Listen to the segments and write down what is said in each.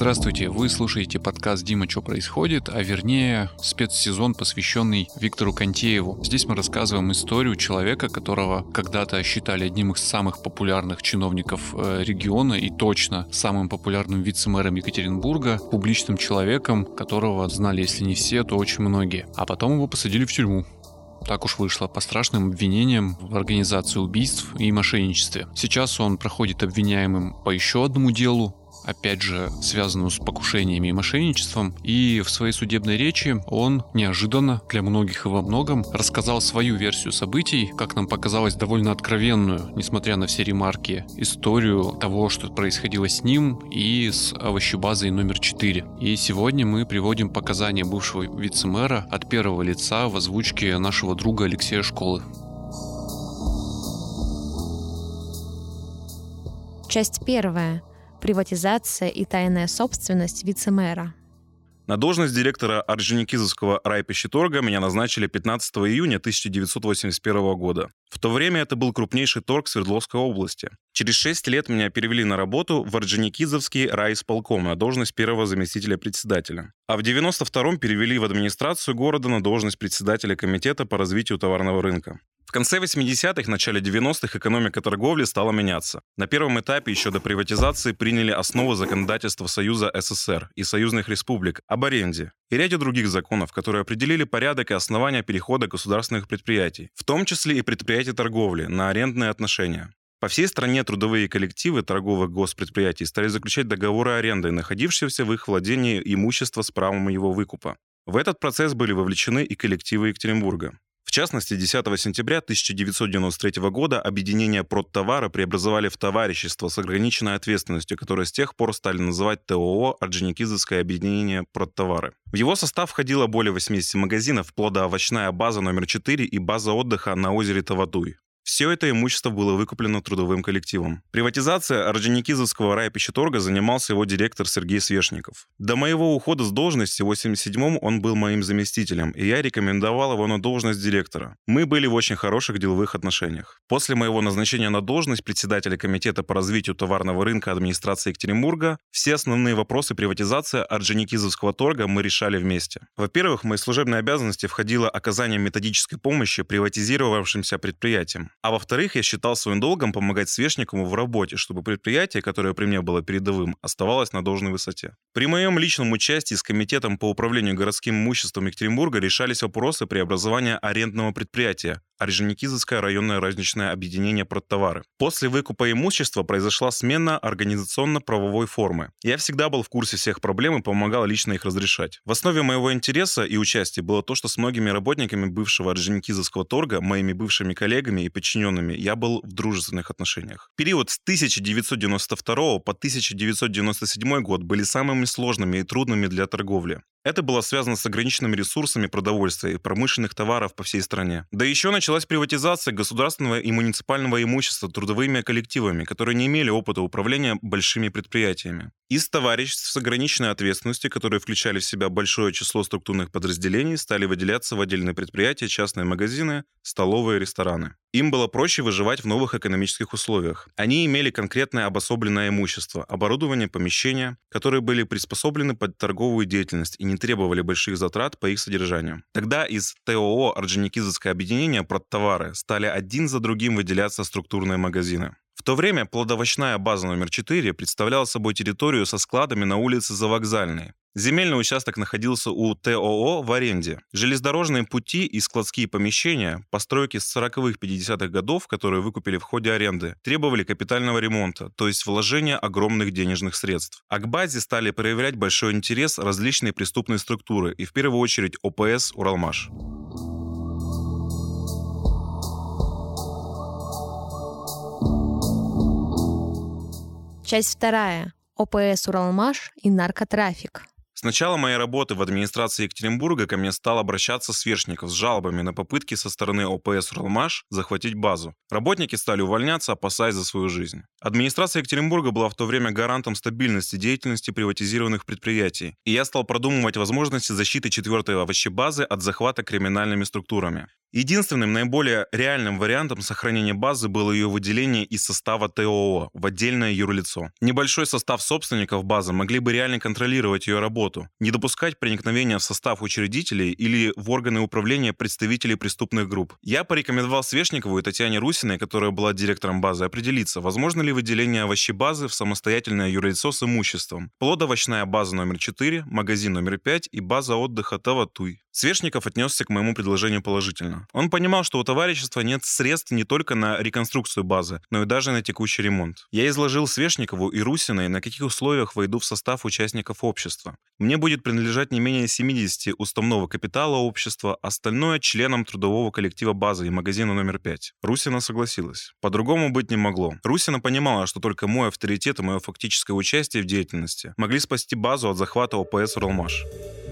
Здравствуйте, вы слушаете подкаст «Дима, что происходит?», а вернее спецсезон, посвященный Виктору Контееву. Здесь мы рассказываем историю человека, которого когда-то считали одним из самых популярных чиновников региона и точно самым популярным вице-мэром Екатеринбурга, публичным человеком, которого знали, если не все, то очень многие. А потом его посадили в тюрьму. Так уж вышло, по страшным обвинениям в организации убийств и мошенничестве. Сейчас он проходит обвиняемым по еще одному делу, опять же, связанному с покушениями и мошенничеством. И в своей судебной речи он неожиданно для многих и во многом рассказал свою версию событий, как нам показалось, довольно откровенную, несмотря на все ремарки, историю того, что происходило с ним и с овощебазой номер 4. И сегодня мы приводим показания бывшего вице-мэра от первого лица в озвучке нашего друга Алексея Школы. Часть первая. Приватизация и тайная собственность вице-мэра. На должность директора Орджоникидзевского райпищеторга меня назначили 15 июня 1981 года. В то время это был крупнейший торг Свердловской области. Через 6 лет меня перевели на работу в Орджоникидзевский райисполком на должность первого заместителя председателя. А в 92-м перевели в администрацию города на должность председателя комитета по развитию товарного рынка. В конце 80-х, начале 90-х экономика торговли стала меняться. На первом этапе еще до приватизации приняли основы законодательства Союза СССР и союзных республик об аренде и ряде других законов, которые определили порядок и основания перехода государственных предприятий, в том числе и предприятий торговли, на арендные отношения. По всей стране трудовые коллективы торговых госпредприятий стали заключать договоры аренды, находившиеся в их владении имущества с правом его выкупа. В этот процесс были вовлечены и коллективы Екатеринбурга. В частности, 10 сентября 1993 года объединение «Продтовары» преобразовали в товарищество с ограниченной ответственностью, которое с тех пор стали называть ТОО «Орджоникидзевское объединение Продтовары». В его состав входило более 80 магазинов, плодоовощная база номер 4 и база отдыха на озере Тавадуй. Все это имущество было выкуплено трудовым коллективом. Приватизация Орджоникидзевского райпищеторга занимался его директор Сергей Свешников. До моего ухода с должности в 87-м он был моим заместителем, и я рекомендовал его на должность директора. Мы были в очень хороших деловых отношениях. После моего назначения на должность председателя комитета по развитию товарного рынка администрации Екатеринбурга все основные вопросы приватизации Орджоникидзевского торга мы решали вместе. Во-первых, в мои служебные обязанности входило оказание методической помощи приватизировавшимся предприятиям. А во-вторых, я считал своим долгом помогать Свешникову в работе, чтобы предприятие, которое при мне было передовым, оставалось на должной высоте. При моем личном участии с Комитетом по управлению городским имуществом Екатеринбурга решались вопросы преобразования арендного предприятия Орджоникидзевское районное розничное объединение «Продтовары». После выкупа имущества произошла смена организационно-правовой формы. Я всегда был в курсе всех проблем и помогал лично их разрешать. В основе моего интереса и участия было то, что с многими работниками бывшего Орджоникидзевского торга, моими бывшими коллегами и подчиненными, я был в дружественных отношениях. Период с 1992 по 1997 год были самыми сложными и трудными для торговли. Это было связано с ограниченными ресурсами продовольствия и промышленных товаров по всей стране. Да еще началась приватизация государственного и муниципального имущества трудовыми коллективами, которые не имели опыта управления большими предприятиями. Из товариществ с ограниченной ответственностью, которые включали в себя большое число структурных подразделений, стали выделяться в отдельные предприятия, частные магазины, столовые, рестораны. Им было проще выживать в новых экономических условиях. Они имели конкретное обособленное имущество, оборудование, помещения, которые были приспособлены под торговую деятельность и не требовали больших затрат по их содержанию. Тогда из ТОО «Орджоникидзевское объединение Продтовары» стали один за другим выделяться структурные магазины. В то время плодоовощная база номер 4 представляла собой территорию со складами на улице Завокзальной. Земельный участок находился у ТОО в аренде. Железнодорожные пути и складские помещения, постройки с 40-х-50-х годов, которые выкупили в ходе аренды, требовали капитального ремонта, то есть вложения огромных денежных средств. А к базе стали проявлять большой интерес различные преступные структуры, и в первую очередь ОПС «Уралмаш». Часть вторая. ОПС «Уралмаш» и наркотрафик. С начала моей работы в администрации Екатеринбурга ко мне стал обращаться Свешников с жалобами на попытки со стороны ОПС «Уралмаш» захватить базу. Работники стали увольняться, опасаясь за свою жизнь. Администрация Екатеринбурга была в то время гарантом стабильности деятельности приватизированных предприятий, и я стал продумывать возможности защиты 4-й овощебазы от захвата криминальными структурами. Единственным наиболее реальным вариантом сохранения базы было ее выделение из состава ТОО в отдельное юрлицо. Небольшой состав собственников базы могли бы реально контролировать ее работу, не допускать проникновения в состав учредителей или в органы управления представителей преступных групп. Я порекомендовал Свешникову и Татьяне Русиной, которая была директором базы, определиться, возможно ли выделение овощебазы в самостоятельное юрлицо с имуществом. Плодовощная база номер 4, магазин номер 5 и база отдыха Таватуй. Свешников отнесся к моему предложению положительно. Он понимал, что у товарищества нет средств не только на реконструкцию базы, но и даже на текущий ремонт. Я изложил Свешникову и Русиной, на каких условиях войду в состав участников общества. Мне будет принадлежать не менее 70 уставного капитала общества, остальное членам трудового коллектива базы и магазина номер 5. Русина согласилась. По-другому быть не могло. Русина понимала, что только мой авторитет и мое фактическое участие в деятельности могли спасти базу от захвата ОПС «Уралмаш».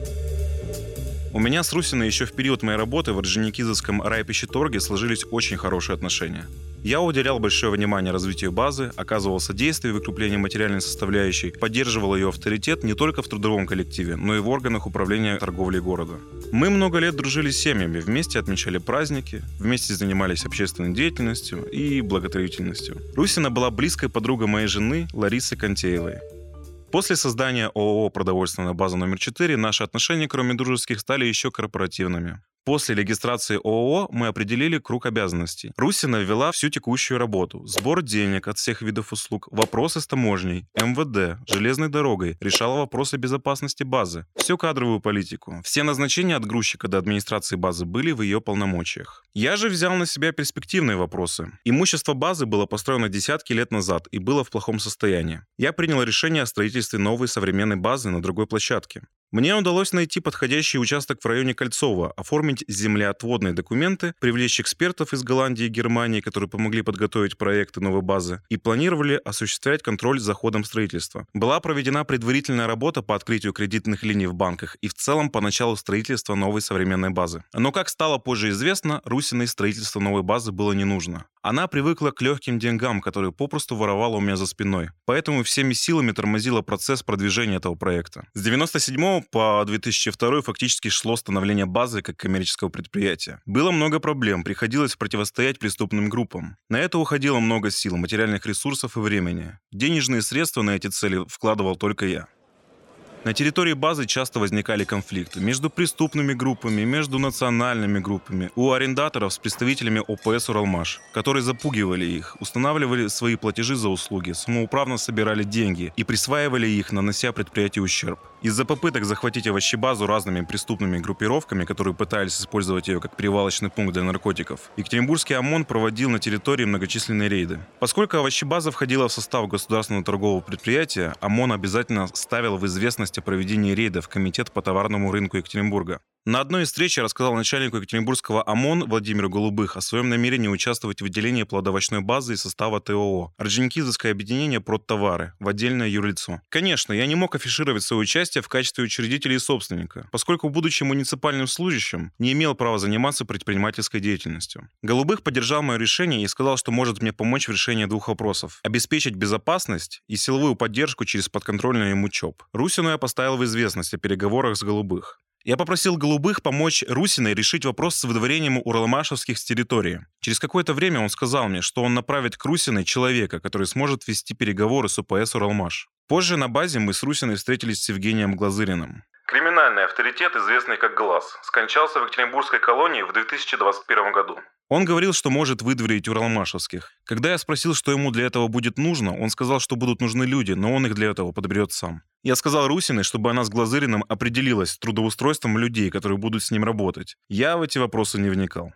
У меня с Русиной еще в период моей работы в Орджоникидзевском райпищеторге сложились очень хорошие отношения. Я уделял большое внимание развитию базы, оказывал содействие в выкуплении материальной составляющей, поддерживал ее авторитет не только в трудовом коллективе, но и в органах управления торговлей города. Мы много лет дружили с семьями, вместе отмечали праздники, вместе занимались общественной деятельностью и благотворительностью. Русина была близкой подругой моей жены Ларисы Контеевой. После создания ООО «Продовольственная база номер 4» наши отношения, кроме дружеских, стали еще корпоративными. После регистрации ООО мы определили круг обязанностей. Русина вела всю текущую работу. Сбор денег от всех видов услуг, вопросы с таможней, МВД, железной дорогой, решала вопросы безопасности базы, всю кадровую политику. Все назначения от грузчика до администрации базы были в ее полномочиях. Я же взял на себя перспективные вопросы. Имущество базы было построено десятки лет назад и было в плохом состоянии. Я принял решение о строительстве новой современной базы на другой площадке. Мне удалось найти подходящий участок в районе Кольцова, оформить землеотводные документы, привлечь экспертов из Голландии и Германии, которые помогли подготовить проекты новой базы, и планировали осуществлять контроль за ходом строительства. Была проведена предварительная работа по открытию кредитных линий в банках и в целом по началу строительства новой современной базы. Но, как стало позже известно, Русиной строительство новой базы было не нужно. Она привыкла к легким деньгам, которые попросту воровала у меня за спиной. Поэтому всеми силами тормозила процесс продвижения этого проекта. С 1997 по 2002 фактически шло становление базы как коммерческого предприятия. Было много проблем, приходилось противостоять преступным группам. На это уходило много сил, материальных ресурсов и времени. Денежные средства на эти цели вкладывал только я. На территории базы часто возникали конфликты между преступными группами, между национальными группами, у арендаторов с представителями ОПС «Уралмаш», которые запугивали их, устанавливали свои платежи за услуги, самоуправно собирали деньги и присваивали их, нанося предприятию ущерб. Из-за попыток захватить овощебазу разными преступными группировками, которые пытались использовать ее как перевалочный пункт для наркотиков, Екатеринбургский ОМОН проводил на территории многочисленные рейды. Поскольку овощебаза входила в состав государственного торгового предприятия, ОМОН обязательно ставил в известность о проведении рейда в Комитет по товарному рынку Екатеринбурга. На одной из встреч я рассказал начальнику Екатеринбургского ОМОН Владимиру Голубых о своем намерении участвовать в выделении плодовощной базы из состава ТОО Орджоникидзевское объединение «Продтовары» в отдельное юрлицо. Конечно, я не мог афишировать свое участие в качестве учредителя и собственника, поскольку, будучи муниципальным служащим, не имел права заниматься предпринимательской деятельностью. Голубых поддержал мое решение и сказал, что может мне помочь в решении двух вопросов: обеспечить безопасность и силовую поддержку через подконтрольный ему ЧОП. Русину я поставил в известность о переговорах с Голубых. Я попросил Голубых помочь Русиной решить вопрос с выдворением уралмашевских с территории. Через какое-то время он сказал мне, что он направит к Русиной человека, который сможет вести переговоры с ОПС «Уралмаш». Позже на базе мы с Русиной встретились с Евгением Глазыриным. Криминальный авторитет, известный как Глаз, скончался в Екатеринбургской колонии в 2021 году. Он говорил, что может выдворить уралмашевских. Когда я спросил, что ему для этого будет нужно, он сказал, что будут нужны люди, но он их для этого подберет сам. Я сказал Русиной, чтобы она с Глазыриным определилась с трудоустройством людей, которые будут с ним работать. Я в эти вопросы не вникал.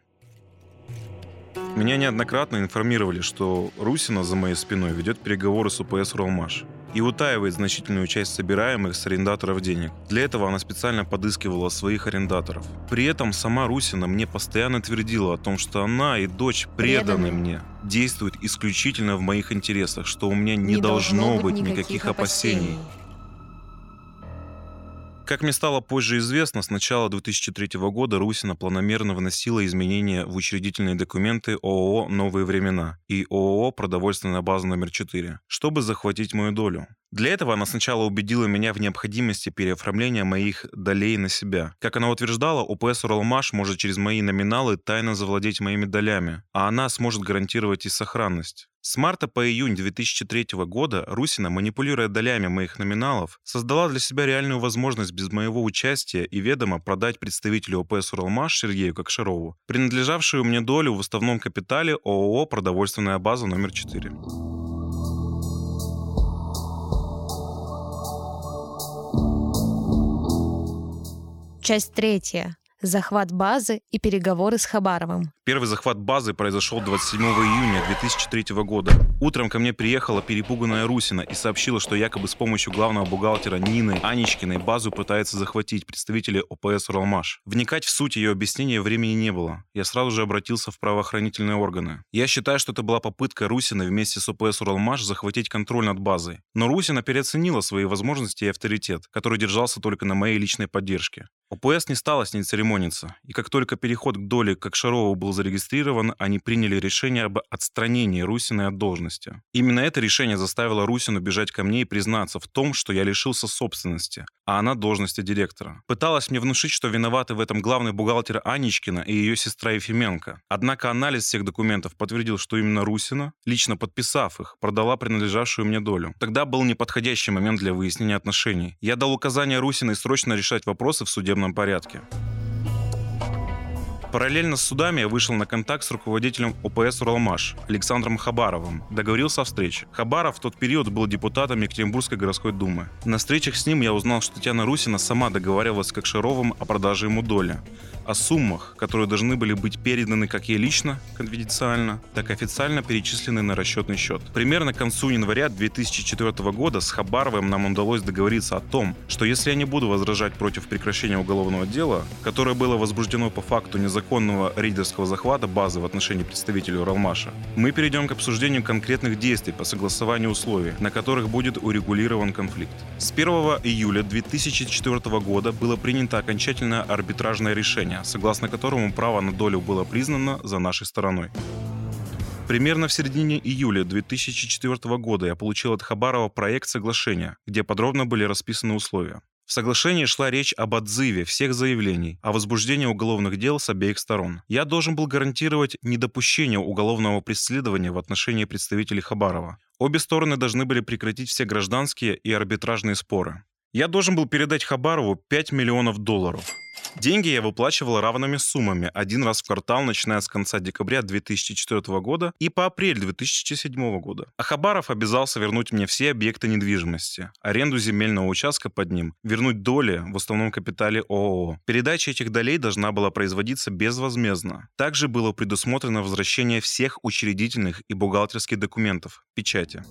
Меня неоднократно информировали, что Русина за моей спиной ведет переговоры с ОПС «Уралмаш» и утаивает значительную часть собираемых с арендаторов денег. Для этого она специально подыскивала своих арендаторов. При этом сама Русина мне постоянно твердила о том, что она и дочь преданы мне, действуют исключительно в моих интересах, что у меня не должно быть никаких опасений. Как мне стало позже известно, с начала 2003 года Русина планомерно вносила изменения в учредительные документы ООО «Новые времена» и ООО «Продовольственная база номер 4», чтобы захватить мою долю. Для этого она сначала убедила меня в необходимости переоформления моих долей на себя. Как она утверждала, ОПС «Уралмаш» может через мои номиналы тайно завладеть моими долями, а она сможет гарантировать и сохранность. С марта по июнь 2003 года Русина, манипулируя долями моих номиналов, создала для себя реальную возможность без моего участия и ведома продать представителю ОПС «Уралмаш» Сергею Кокшарову принадлежавшую мне долю в уставном капитале ООО «Продовольственная база номер 4». Часть 3. Захват базы и переговоры с Хабаровым. Первый захват базы произошел 27 июня 2003 года. Утром ко мне приехала перепуганная Русина и сообщила, что якобы с помощью главного бухгалтера Нины Анечкиной базу пытаются захватить представители ОПС «Уралмаш». Вникать в суть ее объяснения времени не было. Я сразу же обратился в правоохранительные органы. Я считаю, что это была попытка Русины вместе с ОПС «Уралмаш» захватить контроль над базой. Но Русина переоценила свои возможности и авторитет, который держался только на моей личной поддержке. ОПС не стала с ней церемониться, и как только переход к доле Кокшарова был зарегистрирован, они приняли решение об отстранении Русиной от должности. Именно это решение заставило Русину бежать ко мне и признаться в том, что я лишился собственности, а она должности директора. Пыталась мне внушить, что виноваты в этом главный бухгалтер Анечкина и ее сестра Ефименко. Однако анализ всех документов подтвердил, что именно Русина, лично подписав их, продала принадлежавшую мне долю. Тогда был неподходящий момент для выяснения отношений. Я дал указание Русиной срочно решать вопросы в судебном порядке. Параллельно с судами я вышел на контакт с руководителем ОПС «Уралмаш» Александром Хабаровым. Договорился о встрече. Хабаров в тот период был депутатом Екатеринбургской городской думы. На встречах с ним я узнал, что Татьяна Русина сама договаривалась с Кокшаровым о продаже ему доли. О суммах, которые должны были быть переданы как ей лично, конфиденциально, так и официально перечислены на расчетный счет. Примерно к концу января 2004 года с Хабаровым нам удалось договориться о том, что если я не буду возражать против прекращения уголовного дела, которое было возбуждено по факту незаконного рейдерского захвата базы в отношении представителей Уралмаша, мы перейдем к обсуждению конкретных действий по согласованию условий, на которых будет урегулирован конфликт. С 1 июля 2004 года было принято окончательное арбитражное решение, согласно которому право на долю было признано за нашей стороной. Примерно в середине июля 2004 года я получил от Хабарова проект соглашения, где подробно были расписаны условия. В соглашении шла речь об отзыве всех заявлений о возбуждении уголовных дел с обеих сторон. Я должен был гарантировать недопущение уголовного преследования в отношении представителей Хабарова. Обе стороны должны были прекратить все гражданские и арбитражные споры. Я должен был передать Хабарову $5 миллионов. Деньги я выплачивал равными суммами один раз в квартал, начиная с конца декабря 2004 года и по апрель 2007 года. А Хабаров обязался вернуть мне все объекты недвижимости, аренду земельного участка под ним, вернуть доли в уставном капитале ООО. Передача этих долей должна была производиться безвозмездно. Также было предусмотрено возвращение всех учредительных и бухгалтерских документов, печати.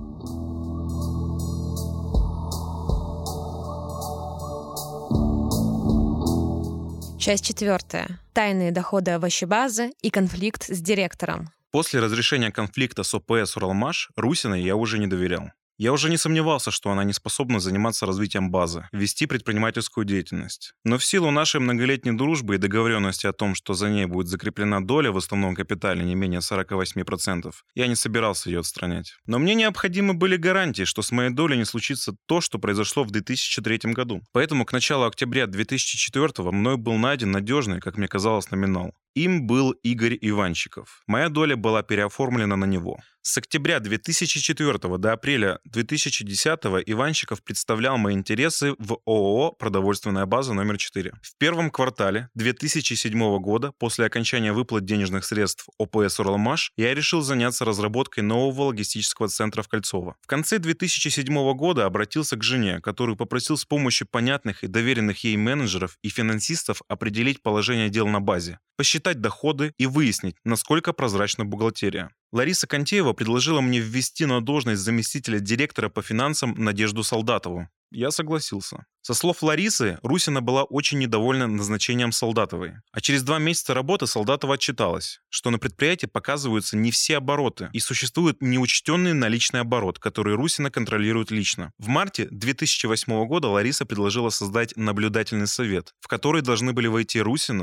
Часть 4. Тайные доходы овощебазы и конфликт с директором. После разрешения конфликта с ОПС «Уралмаш» Русиной я уже не доверял. Я уже не сомневался, что она не способна заниматься развитием базы, вести предпринимательскую деятельность. Но в силу нашей многолетней дружбы и договоренности о том, что за ней будет закреплена доля в основном капитале не менее 48%, я не собирался ее отстранять. Но мне необходимы были гарантии, что с моей долей не случится то, что произошло в 2003 году. Поэтому к началу октября 2004 мной был найден надежный, как мне казалось, номинал. Им был Игорь Иванчиков. Моя доля была переоформлена на него. С октября 2004 до апреля 2010 Иванчиков представлял мои интересы в ООО «Продовольственная база номер 4». В первом квартале 2007 года, после окончания выплат денежных средств ОПС «Уралмаш», я решил заняться разработкой нового логистического центра в Кольцово. В конце 2007 года обратился к жене, которую попросил с помощью понятных и доверенных ей менеджеров и финансистов определить положение дел на базе, посчитать доходы и выяснить, насколько прозрачна бухгалтерия. Лариса Контеева предложила мне ввести на должность заместителя директора по финансам Надежду Солдатову. Я согласился. Со слов Ларисы, Русина была очень недовольна назначением Солдатовой. А через 2 месяца работы Солдатова отчиталась, что на предприятии показываются не все обороты и существует неучтенный наличный оборот, который Русина контролирует лично. В марте 2008 года Лариса предложила создать наблюдательный совет, в который должны были войти Русина,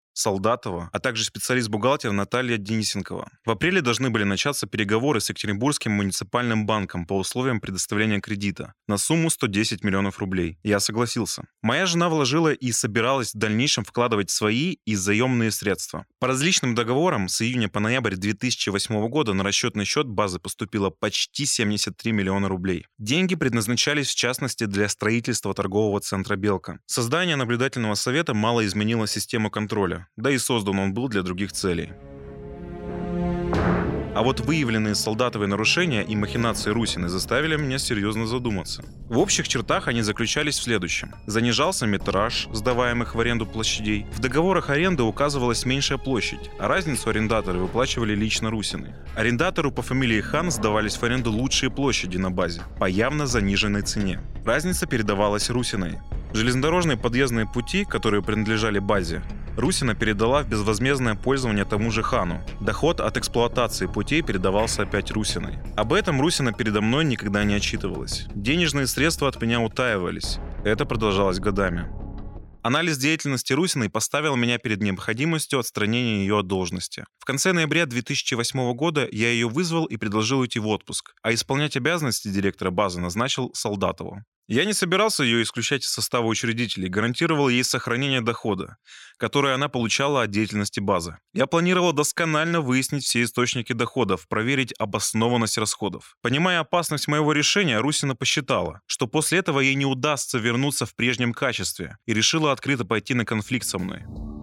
Солдатова, а также специалист-бухгалтер Наталья Денисенкова. В апреле должны были начаться переговоры с Екатеринбургским муниципальным банком по условиям предоставления кредита на сумму 110 миллионов рублей. Я согласился. Моя жена вложила и собиралась в дальнейшем вкладывать свои и заемные средства. По различным договорам с июня по ноябрь 2008 года на расчетный счет базы поступило почти 73 миллиона рублей. Деньги предназначались в частности для строительства торгового центра «Белка». Создание наблюдательного совета мало изменило систему контроля. Да и создан он был для других целей. А вот выявленные Солдатовой нарушения и махинации Русиной заставили меня серьезно задуматься. В общих чертах они заключались в следующем. Занижался метраж сдаваемых в аренду площадей. В договорах аренды указывалась меньшая площадь, а разницу арендаторы выплачивали лично Русиной. Арендатору по фамилии Хан сдавались в аренду лучшие площади на базе по явно заниженной цене. Разница передавалась Русиной. Железнодорожные подъездные пути, которые принадлежали базе, Русина передала в безвозмездное пользование тому же Хану. Доход от эксплуатации путей передавался опять Русиной. Об этом Русина передо мной никогда не отчитывалась. Денежные средства от меня утаивались. Это продолжалось годами. Анализ деятельности Русиной поставил меня перед необходимостью отстранения ее от должности. В конце ноября 2008 года я ее вызвал и предложил уйти в отпуск, а исполнять обязанности директора базы назначил Солдатову. Я не собирался ее исключать из состава учредителей, гарантировал ей сохранение дохода, которое она получала от деятельности базы. Я планировал досконально выяснить все источники доходов, проверить обоснованность расходов. Понимая опасность моего решения, Русина посчитала, что после этого ей не удастся вернуться в прежнем качестве, и решила открыто пойти на конфликт со мной.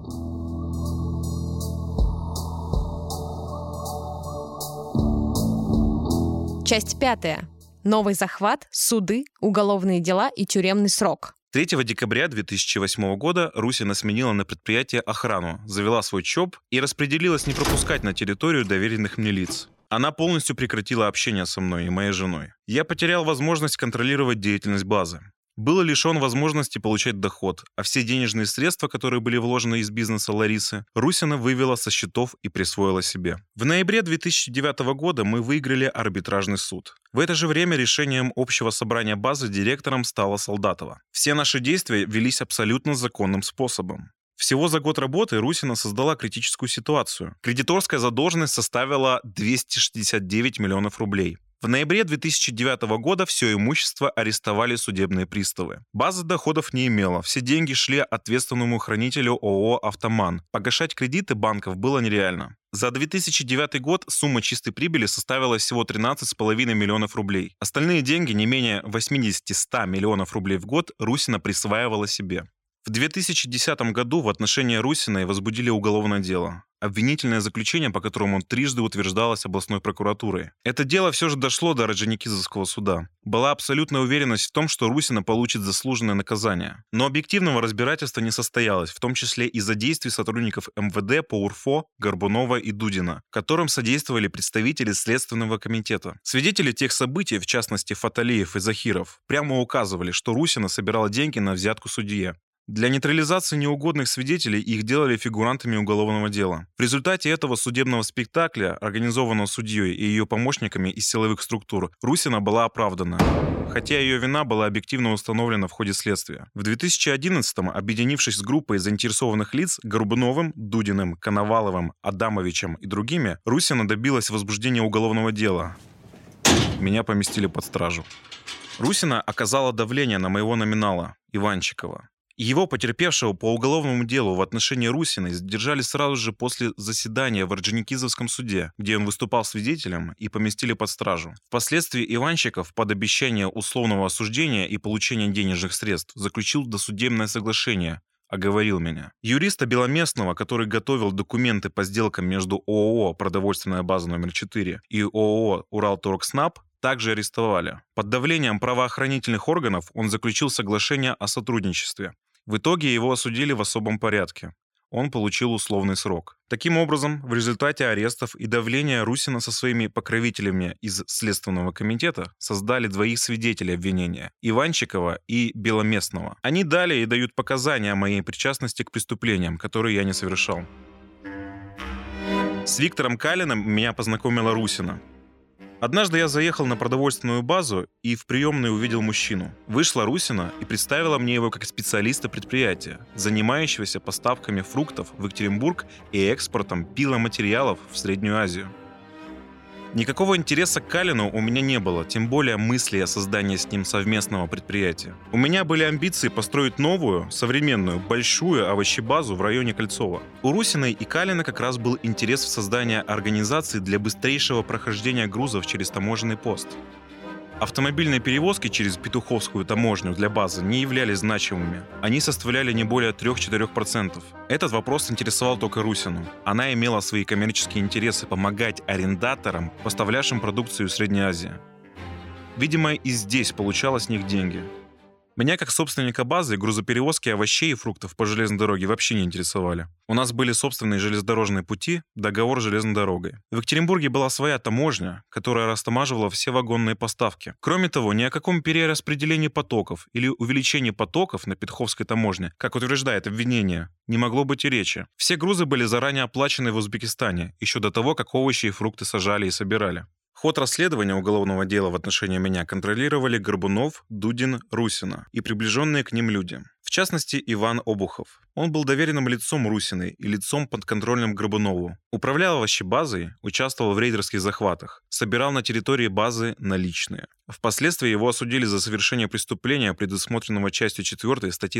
Часть 5. Новый захват, суды, уголовные дела и тюремный срок. 3 декабря 2008 года Русина сменила на предприятие охрану, завела свой ЧОП и распределилась не пропускать на территорию доверенных мне лиц. Она полностью прекратила общение со мной и моей женой. Я потерял возможность контролировать деятельность базы. Был лишен возможности получать доход, а все денежные средства, которые были вложены из бизнеса Ларисы, Русина вывела со счетов и присвоила себе. В ноябре 2009 года мы выиграли арбитражный суд. В это же время решением общего собрания базы директором стала Солдатова. Все наши действия велись абсолютно законным способом. Всего за год работы Русина создала критическую ситуацию. Кредиторская задолженность составила 269 миллионов рублей. В ноябре 2009 года все имущество арестовали судебные приставы. База доходов не имела, все деньги шли ответственному хранителю ООО «Автоман». Погашать кредиты банков было нереально. За 2009 год сумма чистой прибыли составила всего 13,5 миллионов рублей. Остальные деньги, не менее 80-100 миллионов рублей в год, Русина присваивала себе. В 2010 году в отношении Русиной возбудили уголовное дело. Обвинительное заключение, по которому трижды утверждалось областной прокуратурой. Это дело все же дошло до Орджоникидзевского суда. Была абсолютная уверенность в том, что Русина получит заслуженное наказание. Но объективного разбирательства не состоялось, в том числе из-за действий сотрудников МВД по УРФО, Горбунова и Дудина, которым содействовали представители Следственного комитета. Свидетели тех событий, в частности Фаталиев и Захиров, прямо указывали, что Русина собирала деньги на взятку судье. Для нейтрализации неугодных свидетелей их делали фигурантами уголовного дела. В результате этого судебного спектакля, организованного судьей и ее помощниками из силовых структур, Русина была оправдана, хотя ее вина была объективно установлена в ходе следствия. В 2011-м, объединившись с группой заинтересованных лиц Горбуновым, Дудиным, Коноваловым, Адамовичем и другими, Русина добилась возбуждения уголовного дела. Меня поместили под стражу. Русина оказала давление на моего номинала, Иванчикова. Его, потерпевшего по уголовному делу в отношении Русиной, задержали сразу же после заседания в Орджоникидзевском суде, где он выступал свидетелем, и поместили под стражу. Впоследствии Иванчиков под обещание условного осуждения и получения денежных средств заключил досудебное соглашение, оговорил меня. Юриста Беломестного, который готовил документы по сделкам между ООО «Продовольственная база номер 4» и ООО «Уралторгснаб», также арестовали. Под давлением правоохранительных органов он заключил соглашение о сотрудничестве. В итоге его осудили в особом порядке. Он получил условный срок. Таким образом, в результате арестов и давления Русина со своими покровителями из Следственного комитета создали двоих свидетелей обвинения – Иванчикова и Беломестного. Они дали и дают показания о моей причастности к преступлениям, которые я не совершал. С Виктором Калиным меня познакомила Русина. Однажды я заехал на продовольственную базу и в приемной увидел мужчину. Вышла Русина и представила мне его как специалиста предприятия, занимающегося поставками фруктов в Екатеринбург и экспортом пиломатериалов в Среднюю Азию. Никакого интереса к Калину у меня не было, тем более мысли о создании с ним совместного предприятия. У меня были амбиции построить новую, современную, большую овощебазу в районе Кольцова. У Русиной и Калина как раз был интерес в создании организации для быстрейшего прохождения грузов через таможенный пост. Автомобильные перевозки через Петуховскую таможню для базы не являлись значимыми. Они составляли не более 3-4%. Этот вопрос интересовал только Русину. Она имела свои коммерческие интересы помогать арендаторам, поставлявшим продукцию в Средней Азии. Видимо, и здесь получалось с них деньги. Меня, как собственника базы, грузоперевозки овощей и фруктов по железной дороге вообще не интересовали. У нас были собственные железнодорожные пути, договор с железной дорогой. В Екатеринбурге была своя таможня, которая растамаживала все вагонные поставки. Кроме того, ни о каком перераспределении потоков или увеличении потоков на Петуховской таможне, как утверждает обвинение, не могло быть и речи. Все грузы были заранее оплачены в Узбекистане, еще до того, как овощи и фрукты сажали и собирали. Ход расследования уголовного дела в отношении меня контролировали Горбунов, Дудин, Русина и приближенные к ним люди. В частности, Иван Обухов. Он был доверенным лицом Русиной и лицом подконтрольным Горбунову. Управлял овощебазой, участвовал в рейдерских захватах, собирал на территории базы наличные. Впоследствии его осудили за совершение преступления, предусмотренного частью 4 статьи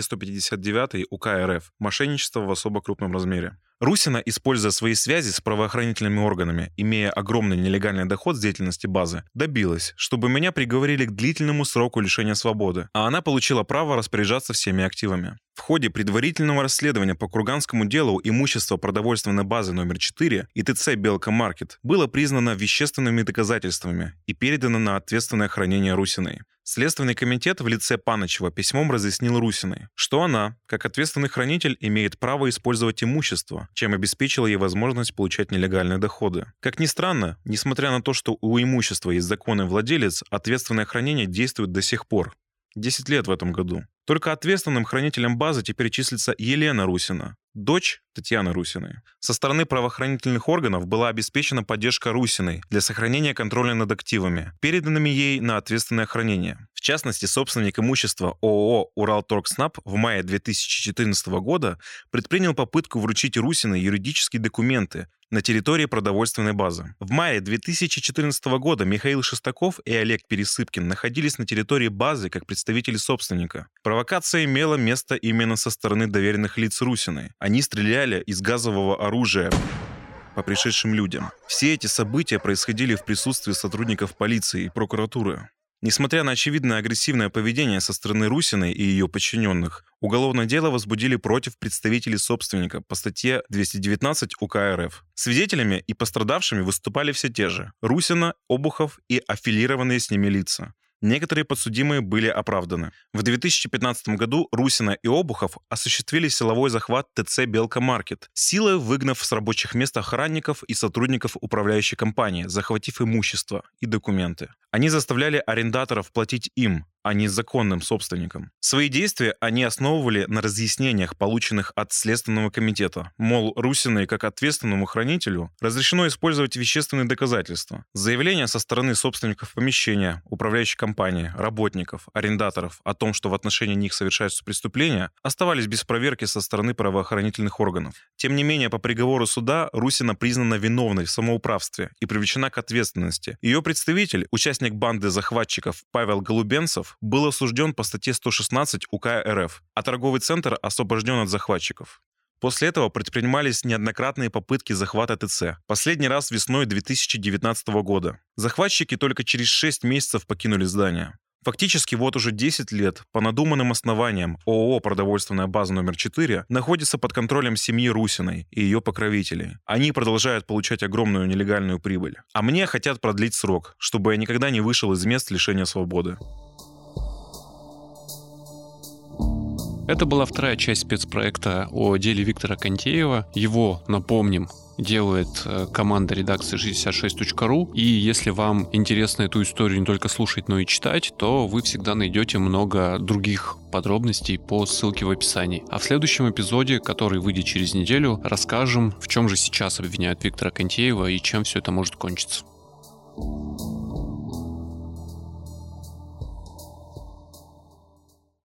159 УК РФ «Мошенничество в особо крупном размере». Русина, используя свои связи с правоохранительными органами, имея огромный нелегальный доход с деятельности базы, добилась, чтобы меня приговорили к длительному сроку лишения свободы, а она получила право распоряжаться всеми активами. В ходе предварительного расследования по Курганскому делу имущество продовольственной базы номер 4 и ТЦ «Белка Маркет» было признано вещественными доказательствами и передано на ответственное хранение Русиной. Следственный комитет в лице Панычева письмом разъяснил Русиной, что она, как ответственный хранитель, имеет право использовать имущество, чем обеспечила ей возможность получать нелегальные доходы. Как ни странно, несмотря на то, что у имущества есть законный владелец, ответственное хранение действует до сих пор. 10 лет в этом году. Только ответственным хранителем базы теперь числится Елена Русина, дочь Татьяны Русиной. Со стороны правоохранительных органов была обеспечена поддержка Русиной для сохранения контроля над активами, переданными ей на ответственное хранение. В частности, собственник имущества ООО «Уралторгснаб» в мае 2014 года предпринял попытку вручить Русиной юридические документы на территории продовольственной базы. В мае 2014 года Михаил Шестаков и Олег Пересыпкин находились на территории базы как представители собственника. Провокация имела место именно со стороны доверенных лиц Русиной. Они стреляли из газового оружия по пришедшим людям. Все эти события происходили в присутствии сотрудников полиции и прокуратуры. Несмотря на очевидное агрессивное поведение со стороны Русиной и ее подчиненных, уголовное дело возбудили против представителей собственника по статье 219 УК РФ. Свидетелями и пострадавшими выступали все те же – Русина, Обухов и аффилированные с ними лица. Некоторые подсудимые были оправданы. В 2015 году Русина и Обухов осуществили силовой захват ТЦ «Белка Маркет», силой выгнав с рабочих мест охранников и сотрудников управляющей компании, захватив имущество и документы. Они заставляли арендаторов платить им, а не законным собственникам. Свои действия они основывали на разъяснениях, полученных от Следственного комитета. Мол, Русиной, как ответственному хранителю, разрешено использовать вещественные доказательства. Заявления со стороны собственников помещения, управляющей компании, работников, арендаторов о том, что в отношении них совершаются преступления, оставались без проверки со стороны правоохранительных органов. Тем не менее, по приговору суда Русина признана виновной в самоуправстве и привлечена к ответственности. Ее представитель, участник банды захватчиков Павел Голубенцев, был осужден по статье 116 УК РФ, а торговый центр освобожден от захватчиков. После этого предпринимались неоднократные попытки захвата ТЦ, последний раз весной 2019 года. Захватчики только через 6 месяцев покинули здание. Фактически вот уже 10 лет по надуманным основаниям ООО «Продовольственная база номер 4» находится под контролем семьи Русиной и ее покровителей. Они продолжают получать огромную нелегальную прибыль. А мне хотят продлить срок, чтобы я никогда не вышел из мест лишения свободы. Это была вторая часть спецпроекта о деле Виктора Контеева. Его, напомним, делает команда редакции 66.ru. И если вам интересно эту историю не только слушать, но и читать, то вы всегда найдете много других подробностей по ссылке в описании. А в следующем эпизоде, который выйдет через неделю, расскажем, в чем же сейчас обвиняют Виктора Контеева и чем все это может кончиться.